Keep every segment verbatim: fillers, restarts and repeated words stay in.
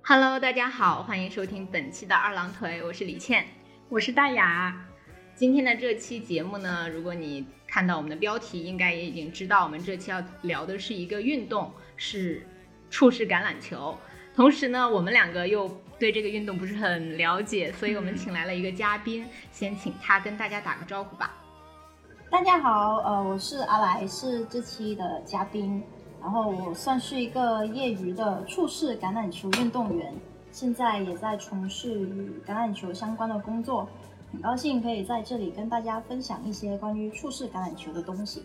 Hello， 大家好，欢迎收听本期的二郎腿，我是李倩， 我是大雅。 今天的这期节目呢，如果你看到我们的标题，应该也已经知道，我们这期要聊的是一个运动，是触式橄榄球。同时呢，我们两个又对这个运动不是很了解，所以我们请来了一个嘉宾，嗯、先请他跟大家打个招呼吧。 大家好，呃，我是阿来，是这期的嘉宾。然后我算是一个业余的触式橄榄球运动员，现在也在从事与橄榄球相关的工作，很高兴可以在这里跟大家分享一些关于触式橄榄球的东西。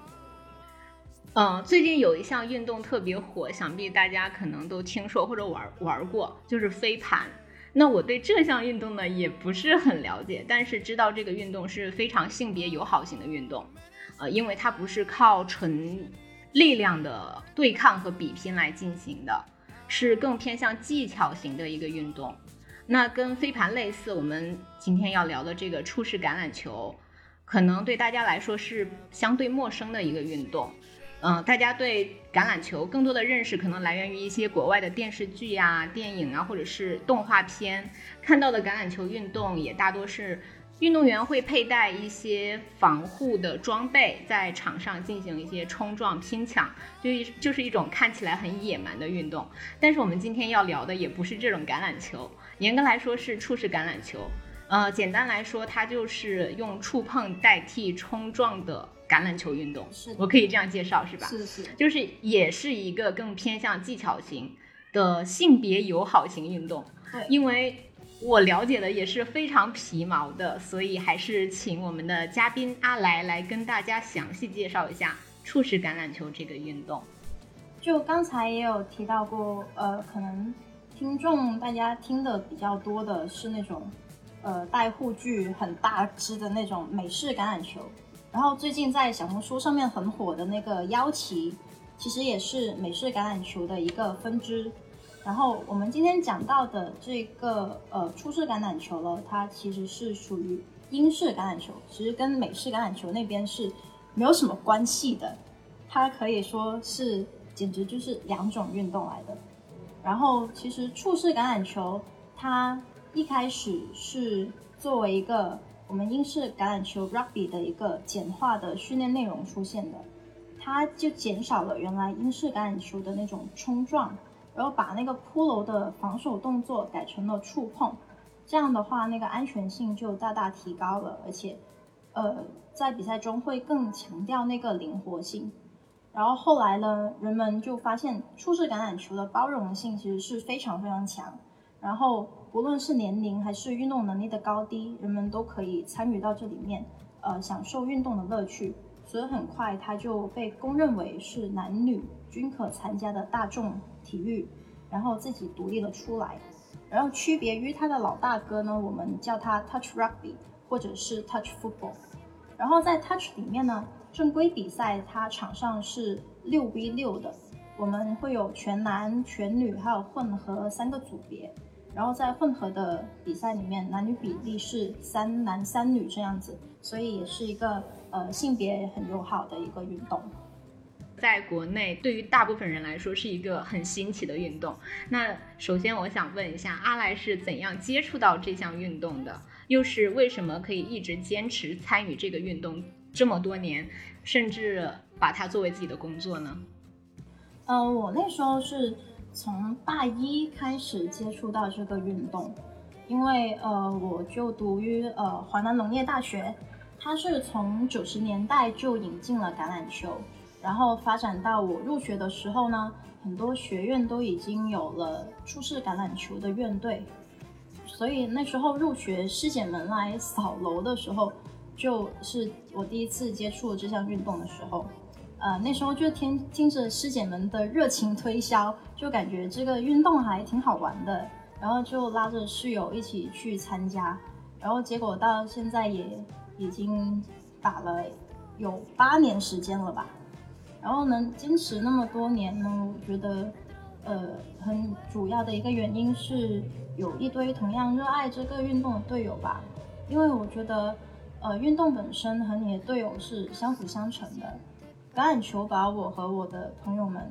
嗯，最近有一项运动特别火，想必大家可能都听说或者玩玩过，就是飞盘。那我对这项运动呢也不是很了解，但是知道这个运动是非常性别友好型的运动，呃，因为它不是靠纯力量的对抗和比拼来进行的，是更偏向技巧型的一个运动。那跟飞盘类似，我们今天要聊的这个触式橄榄球，可能对大家来说是相对陌生的一个运动。嗯、呃，大家对橄榄球更多的认识可能来源于一些国外的电视剧啊、电影啊，或者是动画片看到的橄榄球运动，也大多是运动员会佩戴一些防护的装备，在场上进行一些冲撞拼抢，就就是一种看起来很野蛮的运动。但是我们今天要聊的也不是这种橄榄球，严格来说是触式橄榄球。呃，简单来说，它就是用触碰代替冲撞的橄榄球运动。 是， 我可以这样介绍是吧？ 是是， 就是也是一个更偏向技巧型的性别友好型运动。 对， 因为我了解的也是非常皮毛的，所以还是请我们的嘉宾阿来来跟大家详细介绍一下触式橄榄球这个运动。 就刚才也有提到过，呃，可能听众大家听的比较多的是那种呃带护具很大只的那种美式橄榄球，然后最近在小红书上面很火的那个腰旗，其实也是美式橄榄球的一个分支。然后我们今天讲到的这个呃触式橄榄球了，它其实是属于英式橄榄球，其实跟美式橄榄球那边是没有什么关系的，它可以说是简直就是两种运动来的。然后其实触式橄榄球它一开始是作为一个我们英式橄榄球 rugby 的一个简化的训练内容出现的，它就减少了原来英式橄榄球的那种冲撞，然后把那个骷髅的防守动作改成了触碰，这样的话那个安全性就大大提高了，而且呃在比赛中会更强调那个灵活性。然后后来呢，人们就发现触式橄榄球的包容性其实是非常非常强，然后不论是年龄还是运动能力的高低，人们都可以参与到这里面，呃享受运动的乐趣。所以很快它就被公认为是男女均可参加的大众体育，然后自己独立了出来。然后区别于它的老大哥呢，我们叫它 touch rugby 或者是 touch football。然后在 touch 里面呢，正规比赛它场上是六 v 六的，我们会有全男全女还有混合三个组别。然后在混合的比赛里面，男女比例是三男三女这样子，所以也是一个呃性别很友好的一个运动。 在国内对于大部分人来说是一个很新奇的运动。那首先我想问一下，阿来是怎样接触到这项运动的，又是为什么可以一直坚持参与这个运动这么多年，甚至把它作为自己的工作呢？ 呃，我那时候是从大一开始接触到这个运动，因为呃我就读于呃华南农业大学，它是从九十年代就引进了橄榄球，然后发展到我入学的时候呢，很多学院都已经有了触式橄榄球的院队，所以那时候入学师姐们来扫楼的时候，就是我第一次接触这项运动的时候。呃，那时候就听听着师姐们的热情推销，就感觉这个运动还挺好玩的，然后就拉着室友一起去参加，然后结果到现在也已经打了有八年时间了吧。然后能坚持那么多年呢，我觉得呃很主要的一个原因是有一堆同样热爱这个运动的队友吧，因为我觉得呃运动本身和你的队友是相辅相成的。橄榄球把我和我的朋友们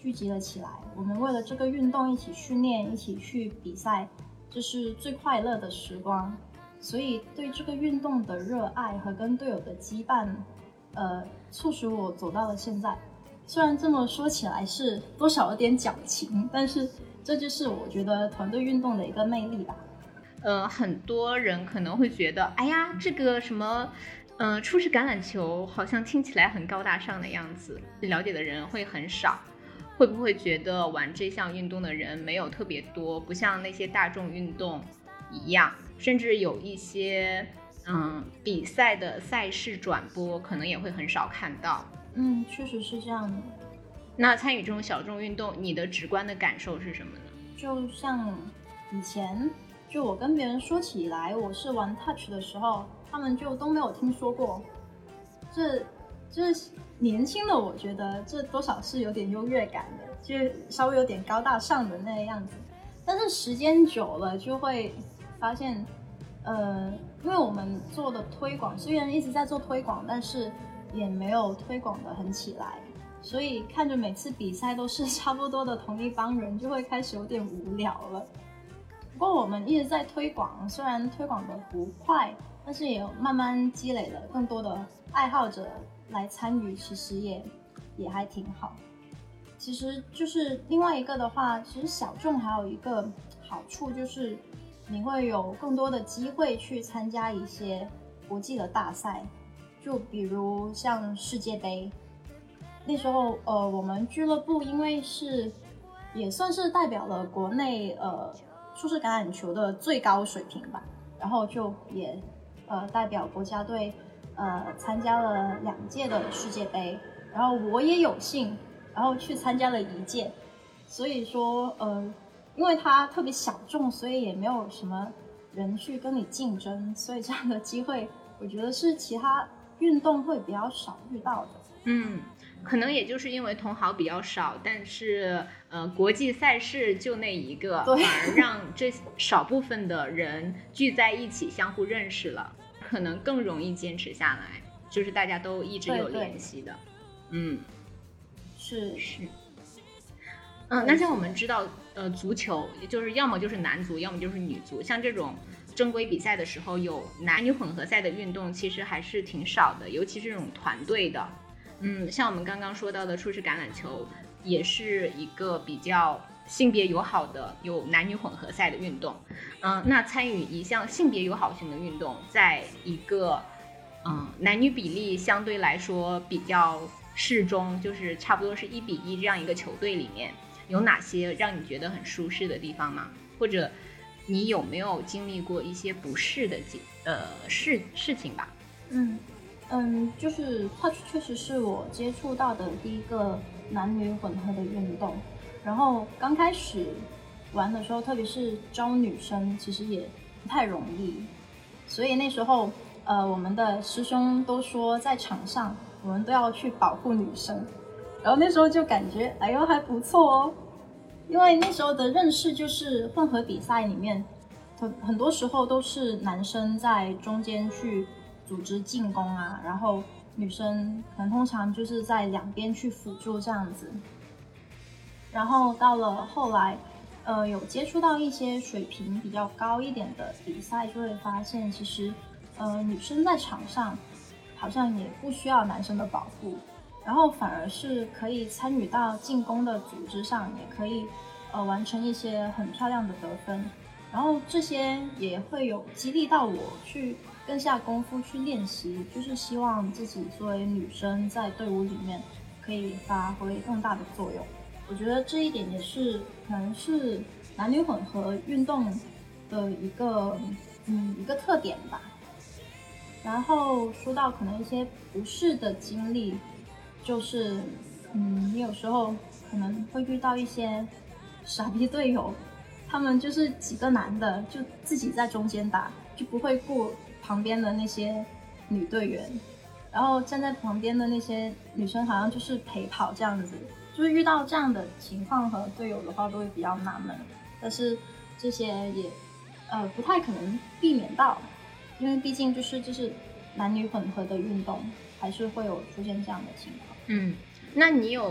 聚集了起来，我们为了这个运动一起训练，一起去比赛，这是最快乐的时光。所以对这个运动的热爱和跟队友的羁绊，呃，促使我走到了现在。虽然这么说起来是多少有点矫情，但是这就是我觉得团队运动的一个魅力吧。 呃，很多人可能会觉得，哎呀，这个什么，呃，初式橄榄球好像听起来很高大上的样子，了解的人会很少。会不会觉得玩这项运动的人没有特别多，不像那些大众运动一样，甚至有一些嗯比赛的赛事转播可能也会很少看到。 嗯，确实是这样的。 那参与这种小众运动，你的直观的感受是什么呢？ 就像以前，就我跟别人说起来我是玩 touch 的时候，他们就都没有听说过。这这年轻的我觉得这多少是有点优越感的，就稍微有点高大上的那个样子。但是时间久了就会发现，呃，因为我们做的推广虽然一直在做推广，但是也没有推广的很起来，所以看着每次比赛都是差不多的同一帮人，就会开始有点无聊了。不过我们一直在推广，虽然推广的不快，但是也有慢慢积累了更多的爱好者来参与，其实也也还挺好。其实就是另外一个的话，其实小众还有一个好处，就是你会有更多的机会去参加一些国际的大赛，就比如像世界杯。那时候呃，我们俱乐部因为是也算是代表了国内呃初式橄榄球的最高水平吧，然后就也呃代表国家队呃参加了两届的世界杯，然后我也有幸然后去参加了一届。所以说呃因为它特别小众，所以也没有什么人去跟你竞争，所以这样的机会我觉得是其他运动会比较少遇到的。 嗯，可能也就是因为同行比较少，但是呃，国际赛事就那一个，反而让这少部分的人聚在一起，相互认识了，可能更容易坚持下来，就是大家都一直有联系的。嗯， 是是。 嗯，那像我们知道，呃，足球就是要么就是男足，要么就是女足，像这种正规比赛的时候，有男女混合赛的运动，其实还是挺少的，尤其是这种团队的。嗯，像我们刚刚说到的初式橄榄球，也是一个比较性别友好的有男女混合赛的运动。嗯，那参与一项性别友好型的运动，在一个嗯男女比例相对来说比较适中，就是差不多是一比一这样一个球队里面，有哪些让你觉得很舒适的地方吗？或者你有没有经历过一些不适的呃事事情吧？ 嗯。嗯，就是 touch 确实是我接触到的第一个男女混合的运动。然后刚开始玩的时候，特别是招女生，其实也不太容易。所以那时候，呃，我们的师兄都说，在场上我们都要去保护女生。然后那时候就感觉，哎呦还不错哦，因为那时候的认识就是混合比赛里面，很很多时候都是男生在中间去组织进攻啊，然后女生可能通常就是在两边去辅助这样子。然后到了后来，呃，有接触到一些水平比较高一点的比赛，就会发现其实，呃，女生在场上好像也不需要男生的保护，然后反而是可以参与到进攻的组织上，也可以呃完成一些很漂亮的得分。然后这些也会有激励到我去更下功夫去练习，就是希望自己作为女生在队伍里面可以发挥更大的作用。我觉得这一点也是可能是男女混合运动的一个嗯一个特点吧。然后说到可能一些不适的经历，就是嗯你有时候可能会遇到一些傻逼队友，他们就是几个男的就自己在中间打，就不会顾旁边的那些女队员，然后站在旁边的那些女生好像就是陪跑这样子。就是遇到这样的情况和队友的话，都会比较纳闷，但是这些也呃不太可能避免到，因为毕竟就是就是男女混合的运动，还是会有出现这样的情况。 嗯，那你有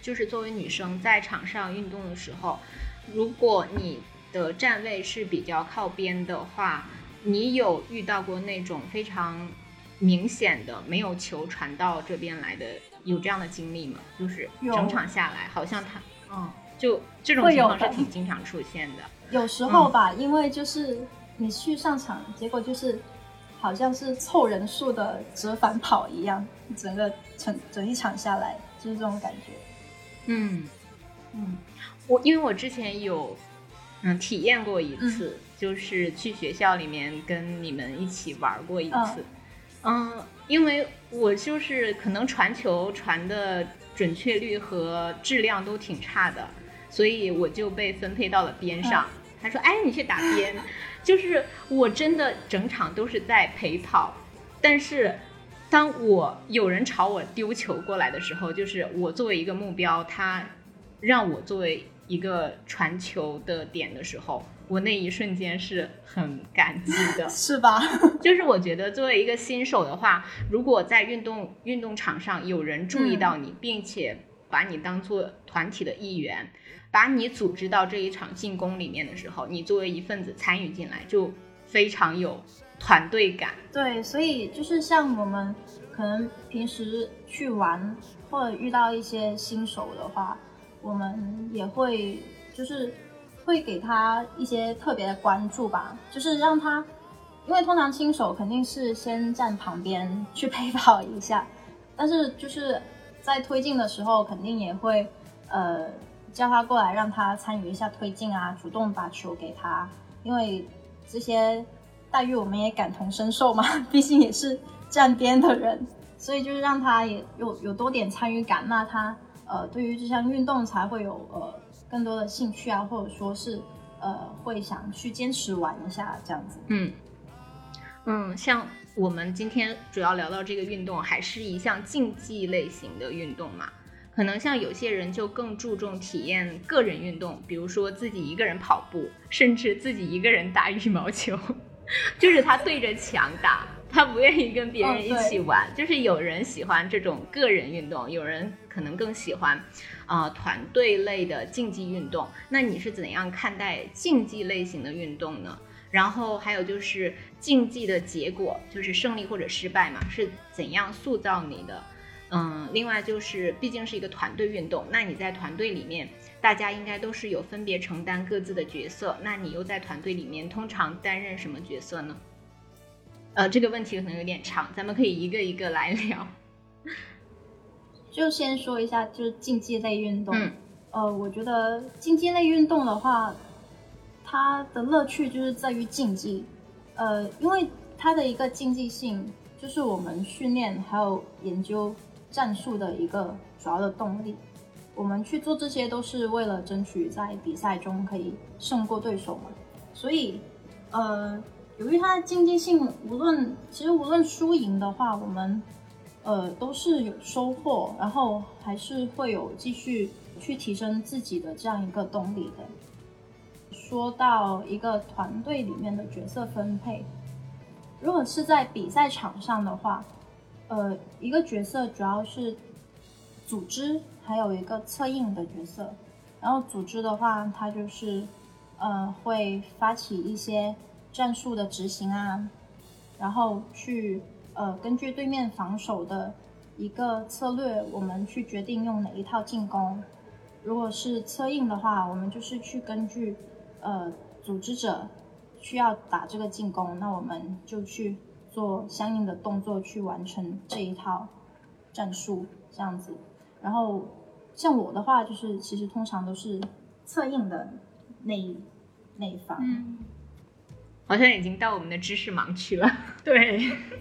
就是作为女生在场上运动的时候，如果你的站位是比较靠边的话，你有遇到过那种非常明显的没有球传到这边来的，有这样的经历吗？就是整场下来好像他嗯，就这种情况是挺经常出现的。 有时候吧、嗯、因为就是你去上场，结果就是好像是凑人数的折返跑一样，整个整整一场下来就是这种感觉。 嗯嗯，我因为我之前有嗯体验过一次、嗯、就是去学校里面跟你们一起玩过一次。嗯, 嗯，因为我就是可能传球传的准确率和质量都挺差的，所以我就被分配到了边上、嗯、他说哎你去打边就是我真的整场都是在陪跑，但是当我有人朝我丢球过来的时候，就是我作为一个目标，他让我作为一个传球的点的时候，我那一瞬间是很感激的是吧？ 就是我觉得作为一个新手的话，如果在运动运动场上有人注意到你、嗯、并且把你当做团体的一员，把你组织到这一场进攻里面的时候，你作为一份子参与进来，就非常有团队感。 对，所以就是像我们可能平时去玩或者遇到一些新手的话，我们也会就是会给他一些特别的关注吧，就是让他，因为通常新手肯定是先站旁边去陪跑一下，但是就是在推进的时候肯定也会呃叫他过来，让他参与一下推进啊，主动把球给他，因为这些待遇我们也感同身受嘛，毕竟也是站边的人，所以就是让他也有有多点参与感，那他呃对于这项运动才会有呃更多的兴趣啊，或者说是呃会想去坚持玩一下这样子。 嗯嗯，像我们今天主要聊到这个运动还是一项竞技类型的运动嘛，可能像有些人就更注重体验个人运动，比如说自己一个人跑步，甚至自己一个人打羽毛球就是他对着墙打，他不愿意跟别人一起玩、哦、就是有人喜欢这种个人运动，有人可能更喜欢呃团队类的竞技运动。那你是怎样看待竞技类型的运动呢？然后还有就是竞技的结果，就是胜利或者失败嘛，是怎样塑造你的？嗯，另外就是毕竟是一个团队运动，那你在团队里面大家应该都是有分别承担各自的角色，那你又在团队里面通常担任什么角色呢？呃，这个问题可能有点长，咱们可以一个一个来聊。 就先说一下就是竞技类运动、 嗯、 呃，我觉得竞技类运动的话，它的乐趣就是在于竞技，呃，因为它的一个竞技性就是我们训练还有研究战术的一个主要的动力，我们去做这些都是为了争取在比赛中可以胜过对手嘛。所以呃，由于它的竞技性，无论其实无论输赢的话，我们呃都是有收获，然后还是会有继续去提升自己的这样一个动力的。说到一个团队里面的角色分配，如果是在比赛场上的话，呃，一个角色主要是组织，还有一个策应的角色。然后组织的话，它就是呃会发起一些战术的执行啊，然后去呃根据对面防守的一个策略，我们去决定用哪一套进攻。如果是策应的话，我们就是去根据呃组织者需要打这个进攻，那我们就去做相应的动作去完成这一套战术这样子。然后像我的话，就是其实通常都是策应的那一那一方。 嗯，好像已经到我们的知识盲区了。对，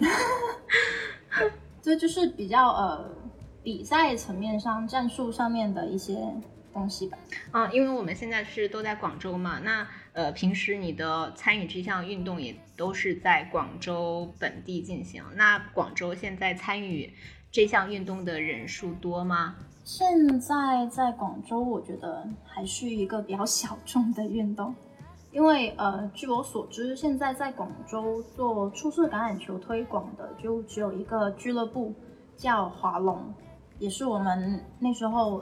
这就是比较呃比赛层面上、战术上面的一些东西吧。 嗯，因为我们现在是都在广州嘛，那呃平时你的参与这项运动也都是在广州本地进行。那广州现在参与这项运动的人数多吗？ 现在在广州，我觉得还是一个比较小众的运动，因为呃，据我所知，现在在广州做触式橄榄球推广的就只有一个俱乐部，叫华龙，也是我们那时候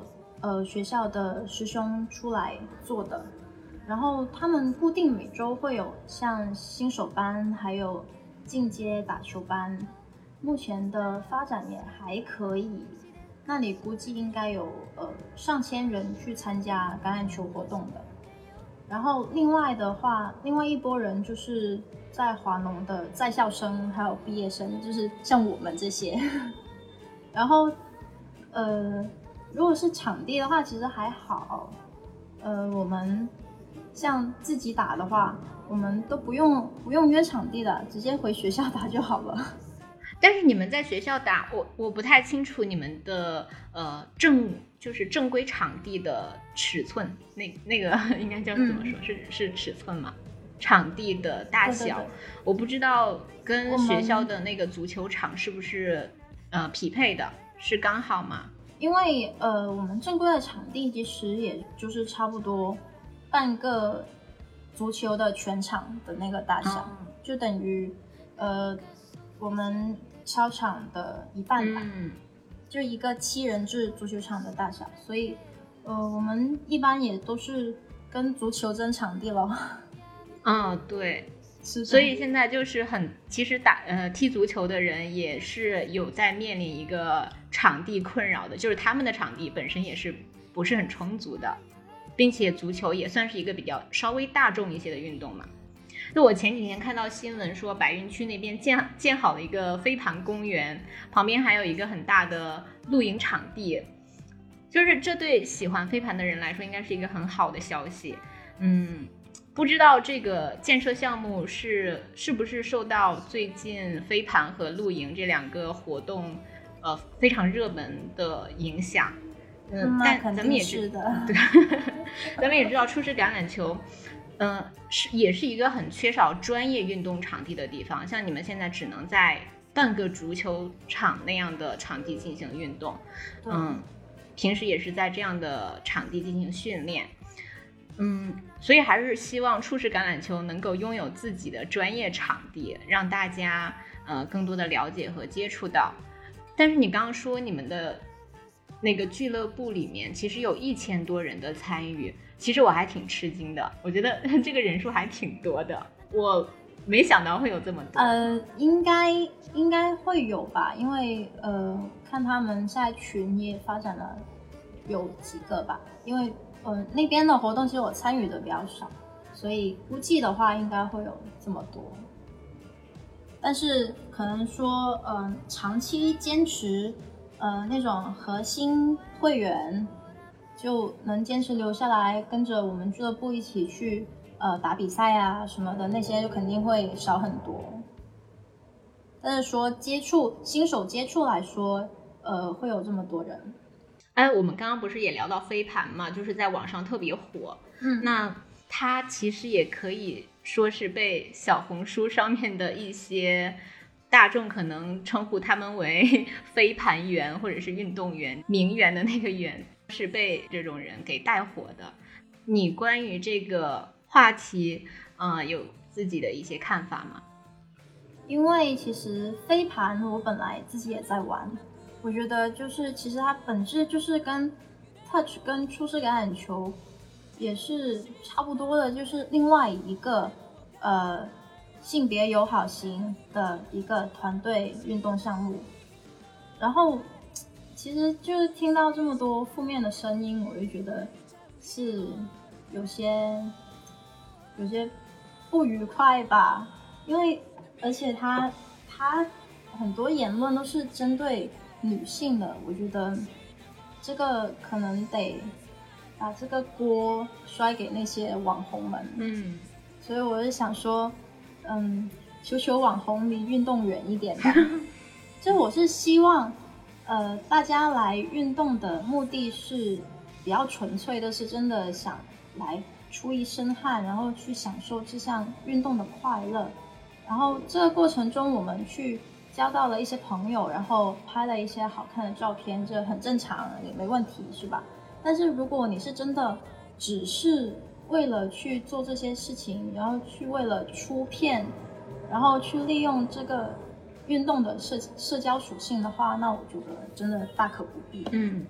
呃学校的师兄出来做的，然后他们固定每周会有像新手班，还有进阶打球班，目前的发展也还可以。那里估计应该有呃上千人去参加橄榄球活动的。然后另外的话，另外一拨人就是在华农的在校生还有毕业生，就是像我们这些。然后呃，如果是场地的话，其实还好。呃，我们像自己打的话，我们都不用不用约场地的，直接回学校打就好了。 但是你们在学校打，我我不太清楚你们的呃正就是正规场地的尺寸，那那个应该叫怎么说？嗯、是是尺寸吗？场地的大小，对对对，我不知道跟学校的那个足球场是不是呃匹配的，是刚好吗？ 因为呃我们正规的场地其实也就是差不多半个足球的全场的那个大小，嗯、就等于呃我们操场的一半吧，嗯、就一个七人制足球场的大小，所以呃我们一般也都是跟足球争场地咯。 嗯，对，所以现在就是很，其实打呃踢足球的人也是有在面临一个场地困扰的，就是他们的场地本身也是不是很充足的，并且足球也算是一个比较稍微大众一些的运动嘛。就我前几天看到新闻说，白云区那边建建好了一个飞盘公园，旁边还有一个很大的露营场地，就是这对喜欢飞盘的人来说应该是一个很好的消息。嗯。不知道这个建设项目是是不是受到最近飞盘和露营这两个活动呃非常热门的影响。 嗯，但咱们也知道， 对，咱们也知道初师橄榄球，嗯、呃，是也是一个很缺少专业运动场地的地方。像你们现在只能在半个足球场那样的场地进行运动，嗯，平时也是在这样的场地进行训练。嗯，所以还是希望初师橄榄球能够拥有自己的专业场地，让大家呃更多的了解和接触到。但是你刚刚说你们的那个俱乐部里面其实有一千多人的参与，其实我还挺吃惊的，我觉得这个人数还挺多的，我没想到会有这么多。 呃，应该应该会有吧，因为呃看他们在群也发展了有几个吧，因为呃，那边的活动其实我参与的比较少，所以估计的话应该会有这么多。但是可能说，嗯、呃，长期坚持，呃，那种核心会员就能坚持留下来，跟着我们俱乐部一起去呃打比赛啊什么的，那些就肯定会少很多。但是说接触新手接触来说，呃，会有这么多人。 哎，我们刚刚不是也聊到飞盘嘛，就是在网上特别火。嗯，那它其实也可以说是被小红书上面的一些大众可能称呼他们为飞盘员或者是运动员，名媛的那个媛，是被这种人给带火的。你关于这个话题，呃，有自己的一些看法吗？ 因为其实飞盘我本来自己也在玩。我觉得就是其实它本质就是跟 touch 跟初师橄榄球也是差不多的，就是另外一个呃性别友好型的一个团队运动项目。然后其实就是听到这么多负面的声音，我就觉得是有些有些不愉快吧，因为而且他他很多言论都是针对女性的，我觉得这个可能得把这个锅摔给那些网红们。嗯，所以我就想说，嗯，求求网红离运动远一点吧。就我是希望，呃，大家来运动的目的是比较纯粹的，是真的想来出一身汗，然后去享受这项运动的快乐。然后这个过程中，我们去交到了一些朋友，然后拍了一些好看的照片，这很正常，也没问题，是吧？但是如果你是真的只是为了去做这些事情，然后去为了出片，然后去利用这个运动的社社交属性的话，那我觉得真的大可不必。 嗯，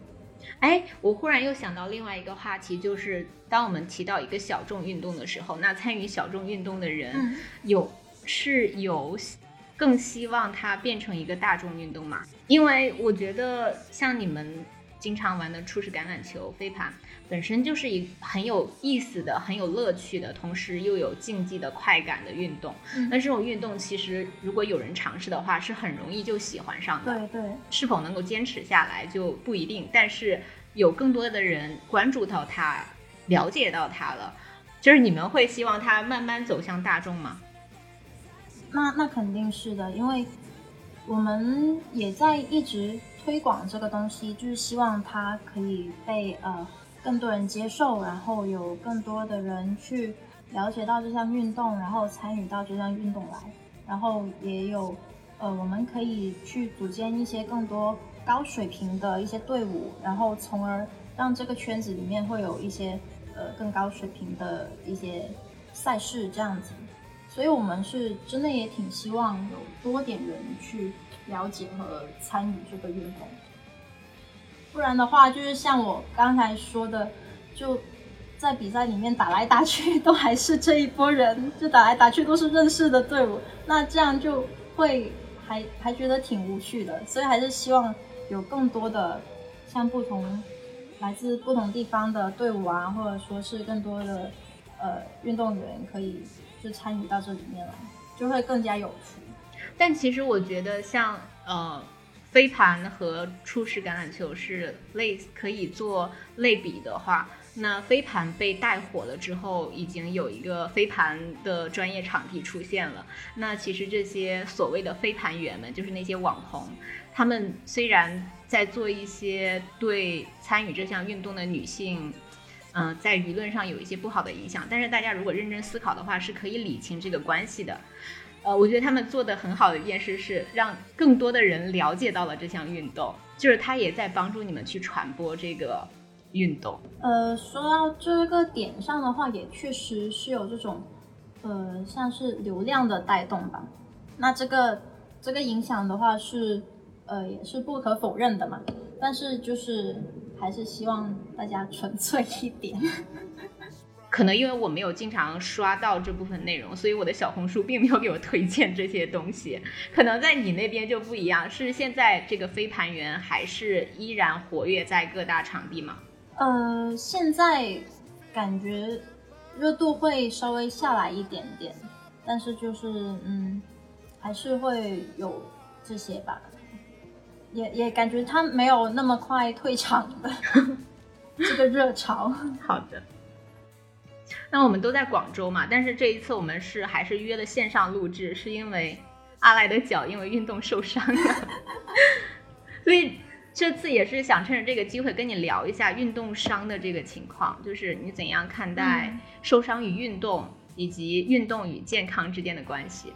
哎，我忽然又想到另外一个话题，就是当我们提到一个小众运动的时候，那参与小众运动的人、嗯、有是有更希望它变成一个大众运动吗？因为我觉得像你们经常玩的初始橄榄球、飞盘本身就是一很有意思的、很有乐趣的，同时又有竞技的快感的运动。嗯、那这种运动其实如果有人尝试的话，是很容易就喜欢上的。 对对， 是否能够坚持下来就不一定，但是有更多的人关注到它，了解到它了，就是你们会希望它慢慢走向大众吗？ 那那肯定是的，因为我们也在一直推广这个东西，就是希望它可以被呃更多人接受，然后有更多的人去了解到这项运动，然后参与到这项运动来，然后也有呃我们可以去组建一些更多高水平的一些队伍，然后从而让这个圈子里面会有一些呃更高水平的一些赛事这样子。所以我们是真的也挺希望有多点人去了解和参与这个运动，不然的话就是像我刚才说的，就在比赛里面打来打去都还是这一波人，就打来打去都是认识的队伍，那这样就会还还觉得挺无趣的。所以还是希望有更多的像不同来自不同地方的队伍啊，或者说是更多的呃运动员可以就参与到这里面来，就会更加有趣。 但其实我觉得像呃飞盘和初始橄榄球是类可以做类比的话，那飞盘被带火了之后，已经有一个飞盘的专业场地出现了。那其实这些所谓的飞盘员们，就是那些网红，他们虽然在做一些对参与这项运动的女性嗯、呃，在舆论上有一些不好的影响，但是大家如果认真思考的话，是可以理清这个关系的。呃，我觉得他们做的很好的一件事是让更多的人了解到了这项运动，就是他也在帮助你们去传播这个运动。 呃，说到这个点上的话，也确实是有这种呃像是流量的带动吧。那这个这个影响的话是呃也是不可否认的嘛，但是就是还是希望大家纯粹一点。 可能因为我没有经常刷到这部分内容，所以我的小红书并没有给我推荐这些东西。可能在你那边就不一样，是现在这个飞盘员还是依然活跃在各大场地吗？ 呃，现在感觉热度会稍微下来一点点，但是就是嗯，还是会有这些吧，也也感觉他没有那么快退场的这个热潮。 好的。那我们都在广州嘛，但是这一次我们是还是约了线上录制，是因为阿赖的脚因为运动受伤了，所以这次也是想趁着这个机会跟你聊一下运动伤的这个情况，就是你怎样看待受伤与运动、嗯、以及运动与健康之间的关系。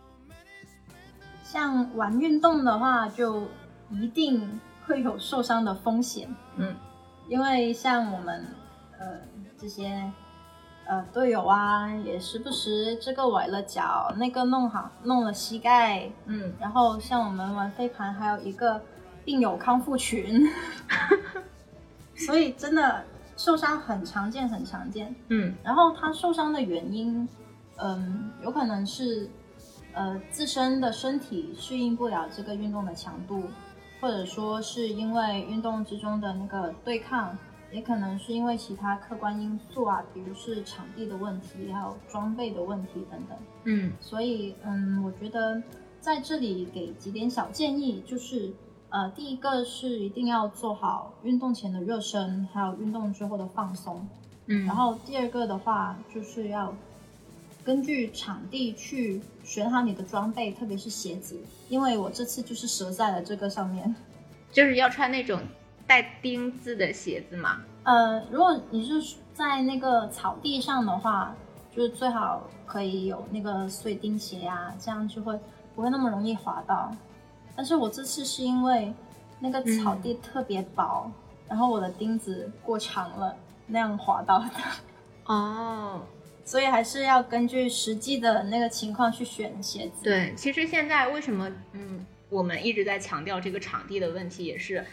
像玩运动的话，就一定会有受伤的风险， 嗯， 因为像我们呃这些。呃，队友啊，也时不时这个崴了脚，那个弄好弄了膝盖， 嗯， 然后像我们玩飞盘，还有一个病友康复群，所以真的受伤很常见，很常见， 嗯， 然后他受伤的原因，嗯，有可能是呃自身的身体适应不了这个运动的强度，或者说是因为运动之中的那个对抗。也可能是因为其他客观因素啊，比如是场地的问题，还有装备的问题等等。 嗯， 所以嗯，我觉得在这里给几点小建议，就是呃，第一个是一定要做好运动前的热身，还有运动之后的放松。 嗯， 然后第二个的话，就是要根据场地去选好你的装备，特别是鞋子，因为我这次就是折在了这个上面， 就是要穿那种带钉子的鞋子吗？ 呃，如果你是在那个草地上的话，就是最好可以有那个碎钉鞋啊，这样就会不会那么容易滑到。但是我这次是因为那个草地特别薄，嗯、然后我的钉子过长了，那样滑到的。 哦， 所以还是要根据实际的那个情况去选鞋子。 对，其实现在为什么嗯我们一直在强调这个场地的问题，也是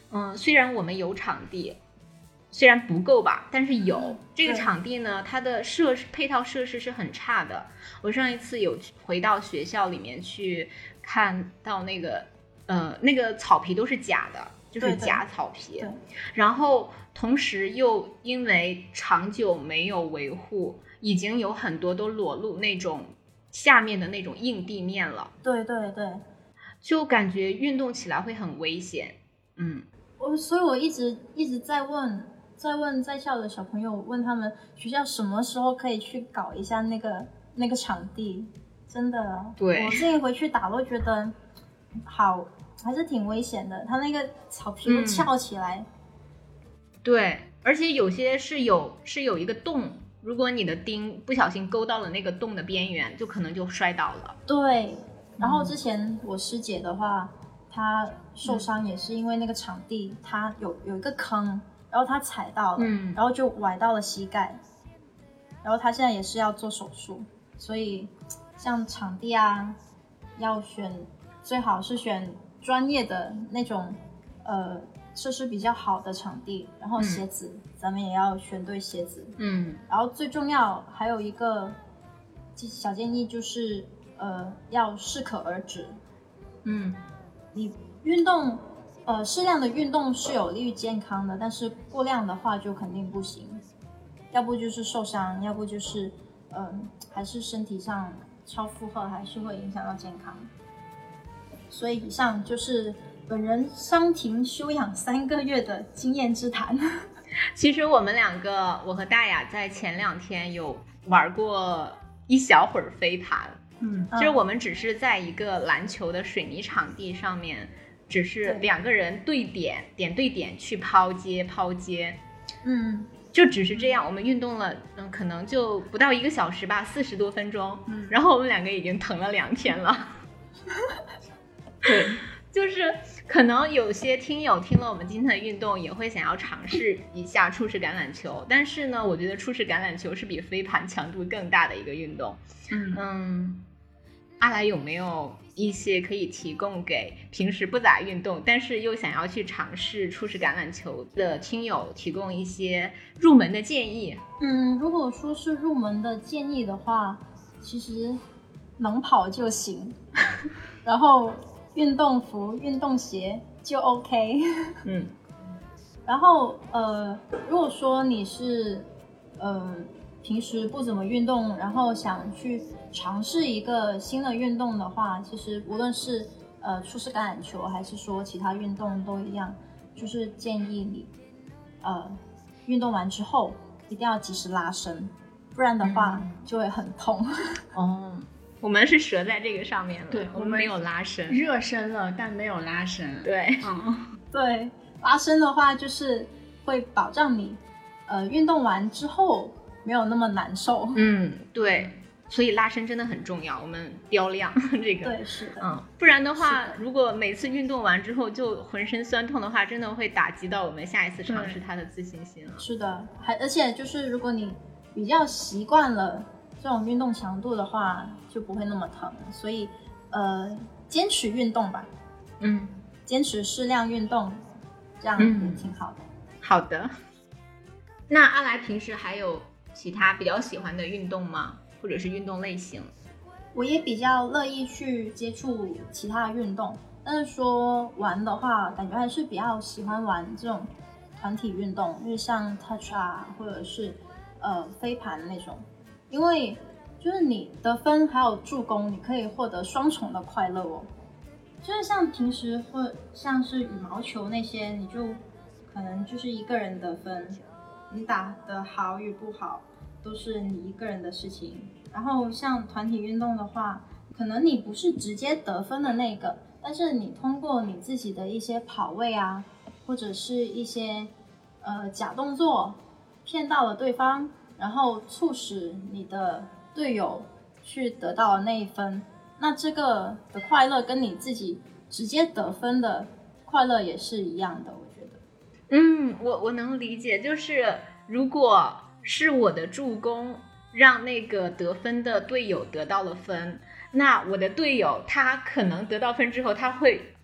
嗯，虽然我们有场地，虽然不够吧，但是有、嗯、这个场地呢，它的设施配套设施是很差的。我上一次有回到学校里面去看到那个呃那个草皮都是假的，就是假草皮，然后同时又因为长久没有维护，已经有很多都裸露那种下面的那种硬地面了。 对对对， 就感觉运动起来会很危险。嗯， 我所以我一直一直在问在问在校的小朋友，问他们学校什么时候可以去搞一下那个那个场地。真的， 对， 我之前回去打都觉得好还是挺危险的，它那个草皮会翘起来、嗯、 对，而且有些是有是有一个洞，如果你的钉不小心勾到了那个洞的边缘，就可能就摔倒了。 对，然后之前我师姐的话，她受伤也是因为那个场地她有有一个坑，然后她踩到了、嗯、然后就崴到了膝盖，然后她现在也是要做手术。所以像场地啊，要选最好是选专业的那种呃设施比较好的场地，然后鞋子、嗯、咱们也要选对鞋子。嗯，然后最重要还有一个小建议就是呃要适可而止。嗯，你运动呃适量的运动是有利于健康的，但是过量的话就肯定不行，要不就是受伤，要不就是嗯、呃、还是身体上超负荷，还是会影响到健康。所以以上就是本人伤停休养三个月的经验之谈。 其实我们两个，我和大雅在前两天有玩过一小会儿飞盘，嗯，就是我们只是在一个篮球的水泥场地上面，只是两个人对点点对点去抛接抛接，嗯，就只是这样，我们运动了，嗯，可能就不到一个小时吧，四十多分钟，嗯，然后我们两个已经疼了两天了。对，就是可能有些听友听了我们今天的运动也会想要尝试一下初始橄榄球，但是呢我觉得初始橄榄球是比飞盘强度更大的一个运动。嗯嗯，阿来有没有一些可以提供给平时不咋运动但是又想要去尝试初始橄榄球的听友提供一些入门的建议？ 嗯，如果说是入门的建议的话，其实能跑就行。然后运动服、运动鞋就 OK。嗯，然后呃，如果说你是呃平时不怎么运动，然后想去尝试一个新的运动的话，其实无论是呃初式橄榄球还是说其他运动都一样，就是建议你呃运动完之后一定要及时拉伸，不然的话就会很痛。 嗯、哦。我们是折在这个上面了， 对， 我们没有拉伸， 热身了，但没有拉伸。 对， 嗯，对，拉伸的话就是会保障你，呃，运动完之后没有那么难受。 嗯，对，所以拉伸真的很重要，我们标亮这个。 对，是的， 嗯，不然的话，如果每次运动完之后就浑身酸痛的话，真的会打击到我们下一次尝试它的自信心了。 是的，还而且就是如果你比较习惯了这种运动强度的话，就不会那么疼，所以呃，坚持运动吧，嗯，坚持适量运动，这样也挺好的。 嗯、好的，那阿来平时还有其他比较喜欢的运动吗？或者是运动类型？ 我也比较乐意去接触其他的运动，但是说玩的话，感觉还是比较喜欢玩这种团体运动，就是像 touch 啊，或者是呃飞盘那种。因为就是你得分还有助攻，你可以获得双重的快乐哦。就是像平时或像是羽毛球那些，你就可能就是一个人得分，你打得好与不好都是你一个人的事情。然后像团体运动的话，可能你不是直接得分的那个，但是你通过你自己的一些跑位啊，或者是一些呃假动作骗到了对方，然后促使你的队友去得到了那一分，那这个的快乐跟你自己直接得分的快乐也是一样的，我觉得。 嗯，我我能理解，就是如果是我的助攻让那个得分的队友得到了分，那我的队友他可能得到分之后，他会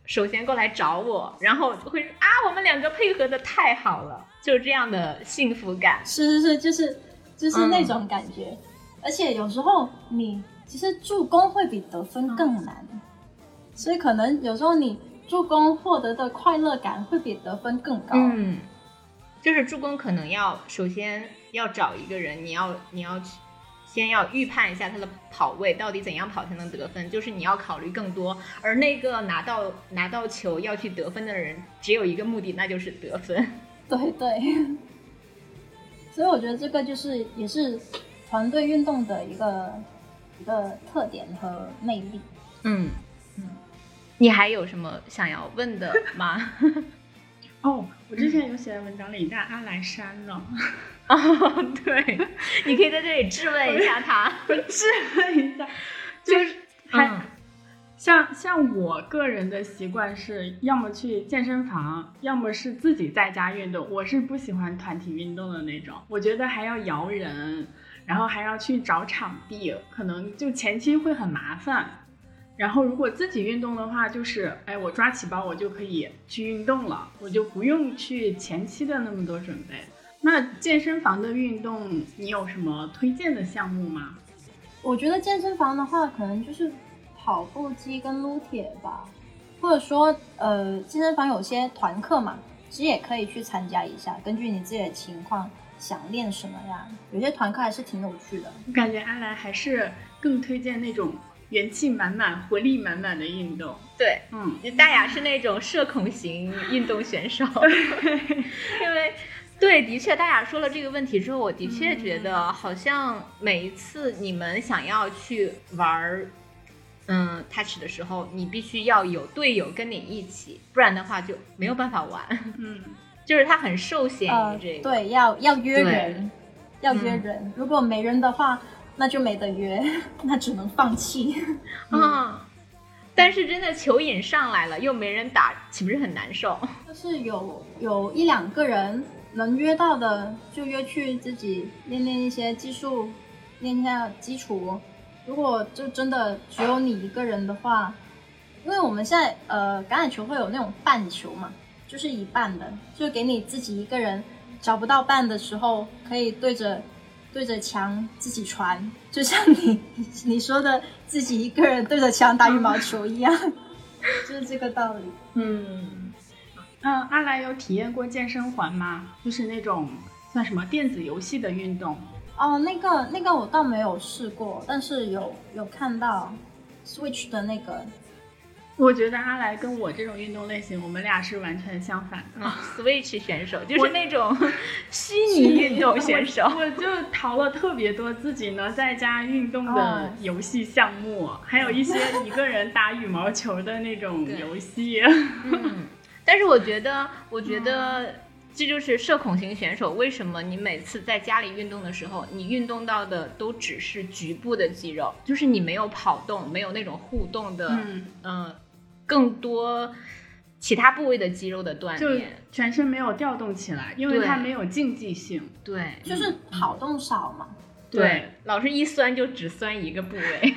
首先过来找我，然后会说啊，我们两个配合的太好了，就是这样的幸福感。 是是是，就是就是那种感觉。嗯、而且有时候你其实助攻会比得分更难，嗯、所以可能有时候你助攻获得的快乐感会比得分更高。 嗯，就是助攻可能要首先要找一个人，你要你要先要预判一下他的跑位到底怎样跑才能得分，就是你要考虑更多。而那个拿到拿到球要去得分的人，只有一个目的，那就是得分。 对对，所以我觉得这个就是也是团队运动的一个一个特点和魅力。 嗯嗯，你还有什么想要问的吗？ 哦，我之前有写在文章里，但阿来删了。 哦，对，你可以在这里质问一下他， 我质问一下，就是还、嗯、像像我个人的习惯是，要么去健身房，要么是自己在家运动。我是不喜欢团体运动的那种，我觉得还要摇人，然后还要去找场地，可能就前期会很麻烦。然后如果自己运动的话，就是哎，我抓起包我就可以去运动了，我就不用去前期的那么多准备。那健身房的运动你有什么推荐的项目吗？ 我觉得健身房的话可能就是跑步机跟撸铁吧，或者说呃健身房有些团课嘛，其实也可以去参加一下，根据你自己的情况想练什么呀，有些团课还是挺有趣的。 我感觉阿来还是更推荐那种元气满满活力满满的运动。 对， 嗯， 大雅是那种社恐型运动选手。因为对，的确大雅说了这个问题之后，我的确觉得好像每一次你们想要去玩嗯 touch 的时候，你必须要有队友跟你一起，不然的话就没有办法玩。 嗯， 就是它很受限于这个、 呃、对，要要约人，要约人、嗯、如果没人的话那就没得约，那只能放弃。 嗯、啊，但是真的球瘾上来了又没人打，岂不是很难受？ 就是有有一两个人能约到的就约去自己练练一些技术，练一下基础。如果就真的只有你一个人的话，因为我们现在呃橄榄球会有那种半球嘛，就是一半的，就给你自己一个人找不到伴的时候，可以对着对着墙自己传，就像你你说的自己一个人对着墙打羽毛球一样。就是这个道理。 嗯嗯，阿来有体验过健身环吗？就是那种算什么电子游戏的运动？ 哦，那个那个我倒没有试过，但是有有看到 Switch 的那个。 我觉得阿来跟我这种运动类型，我们俩是完全相反的。 嗯、Switch 选手就是那种虚拟运动选手。 我, 我就淘了特别多自己能在家运动的游戏项目，哦、还有一些一个人打羽毛球的那种游戏。 嗯，但是我觉得，我觉得。嗯，这就是社恐型选手为什么你每次在家里运动的时候，你运动到的都只是局部的肌肉，就是你没有跑动，没有那种互动的，嗯、呃，更多其他部位的肌肉的锻炼， 就全身没有调动起来，因为它没有竞技性。 对， 就是跑动少嘛。 对，对，老是一酸就只酸一个部位。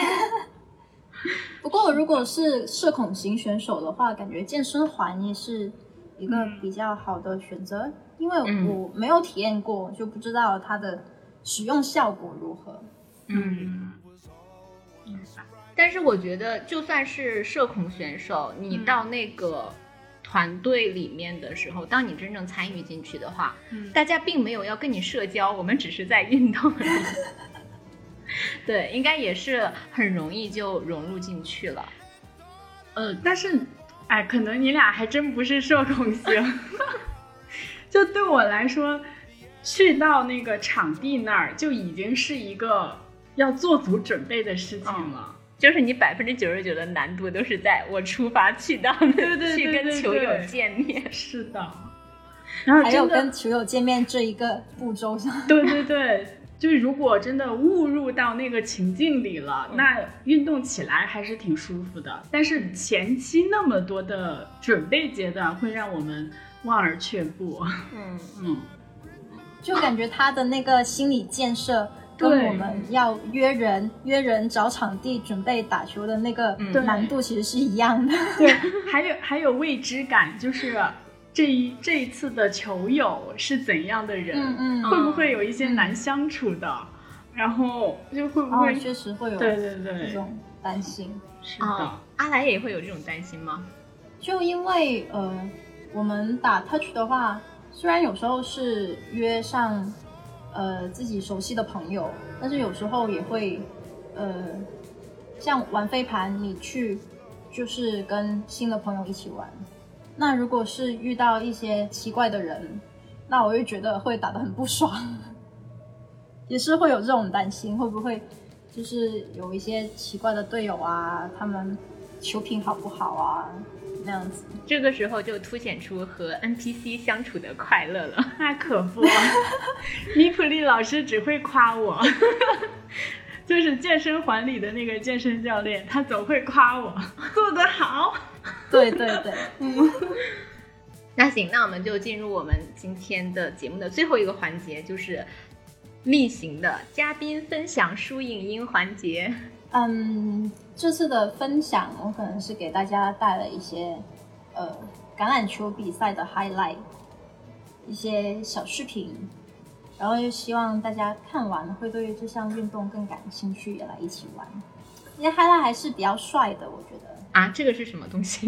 不过如果是社恐型选手的话，感觉健身环也是一个比较好的选择，嗯、因为我没有体验过，就不知道它的使用效果如何。 嗯，嗯，但是我觉得就算是社恐选手，你到那个团队里面的时候，嗯、当你真正参与进去的话，嗯、大家并没有要跟你社交，我们只是在运动而已。对，应该也是很容易就融入进去了。 呃，但是哎，可能你俩还真不是社恐型。就对我来说，去到那个场地那儿就已经是一个要做足准备的事情了。嗯、 就是你百分之九十九的难度都是在我出发去到那对对对去跟球友见面。 是的，然后还有跟球友见面这一个步骤上。 对对对。就是如果真的误入到那个情境里了，嗯、那运动起来还是挺舒服的。但是前期那么多的准备阶段会让我们望而却步。 嗯嗯， 就感觉他的那个心理建设跟我们要约人约人找场地准备打球的那个难度其实是一样的。 对，还有还有未知感，就是这一这一次的球友是怎样的人， 嗯嗯， 会不会有一些难相处的，嗯、然后就会不会、 哦、确实会有对对对这种担心。 是的、 哦，阿来也会有这种担心吗？ 就因为呃，我们打 touch 的话，虽然有时候是约上呃自己熟悉的朋友，但是有时候也会呃，像玩飞盘，你去就是跟新的朋友一起玩。那如果是遇到一些奇怪的人，那我就觉得会打得很不爽，也是会有这种担心，会不会就是有一些奇怪的队友啊，他们球品好不好啊？那样子， 这个时候就凸显出和 N P C 相处的快乐了。 那可不，米普利老师只会夸我，就是健身环里的那个健身教练，他总会夸我做得好。 对对对，嗯。 那行，那我们就进入我们今天的节目的最后一个环节，就是例行的嘉宾分享输赢音环节。 嗯，这次的分享我可能是给大家带了一些呃橄榄球比赛的 highlight， 一些小视频，然后就希望大家看完会对这项运动更感兴趣，也来一起玩。这些 highlight 还是比较帅的，我觉得。 啊，这个是什么东西？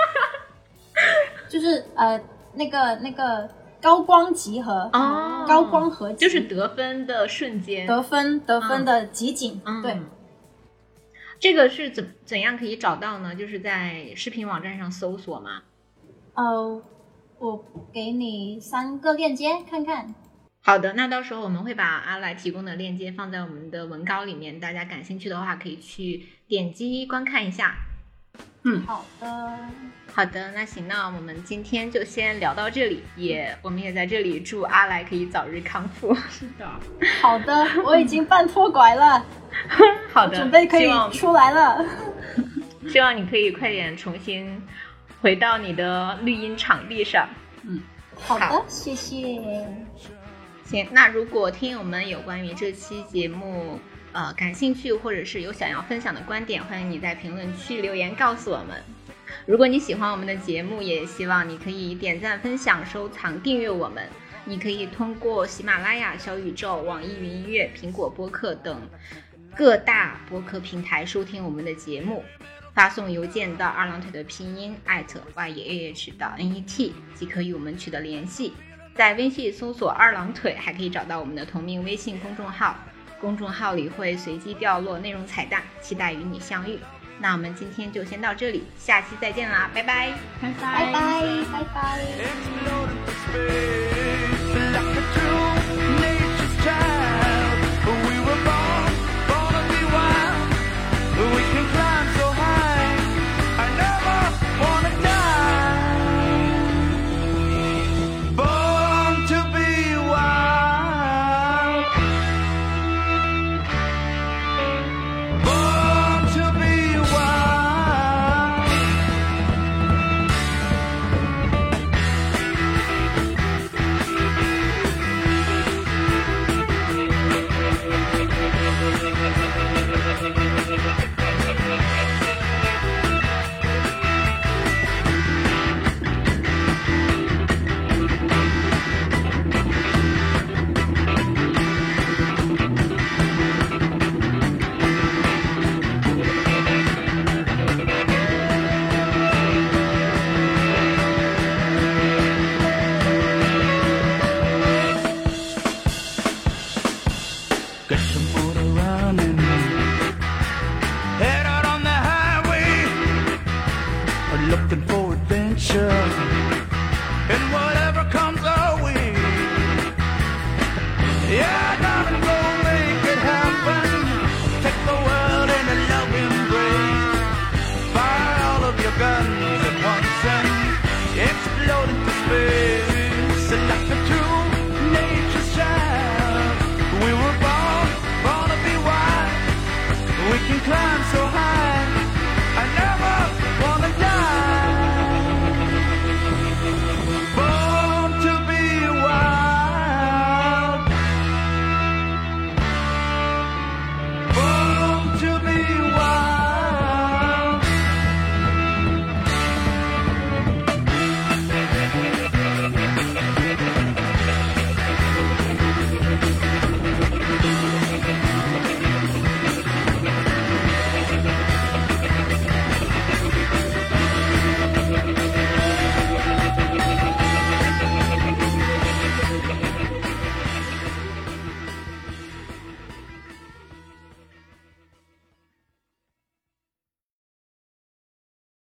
就是呃那个那个高光集合哦， 高光合集， 就是得分的瞬间， 得分得分的集锦， 嗯、 对。 这个是怎怎样可以找到呢？就是在视频网站上搜索吗？ 呃，我给你三个链接看看。 好的，那到时候我们会把阿来提供的链接放在我们的文稿里面，大家感兴趣的话可以去点击观看一下。 嗯， 好的， 好的，那行，那我们今天就先聊到这里，也我们也在这里祝阿来可以早日康复。 是的， 好的，我已经半脱拐了。 好的， 准备可以出来了。 希望你可以快点重新回到你的录音场地上。 嗯， 好的，好，谢谢。 行，那如果听友们有关于这期节目呃感兴趣，或者是有想要分享的观点，欢迎你在评论区留言告诉我们。如果你喜欢我们的节目，也希望你可以点赞、分享、收藏、订阅我们。你可以通过喜马拉雅、小宇宙、网易云音乐、苹果播客等各大播客平台收听我们的节目，发送邮件到二郎腿的拼音 at y a h 到 n e t 即可与我们取得联系。在微信搜索二郎腿，还可以找到我们的同名微信公众号，公众号里会随机掉落内容彩蛋，期待与你相遇。那我们今天就先到这里，下期再见啦，拜拜， 拜拜， 拜拜，拜拜。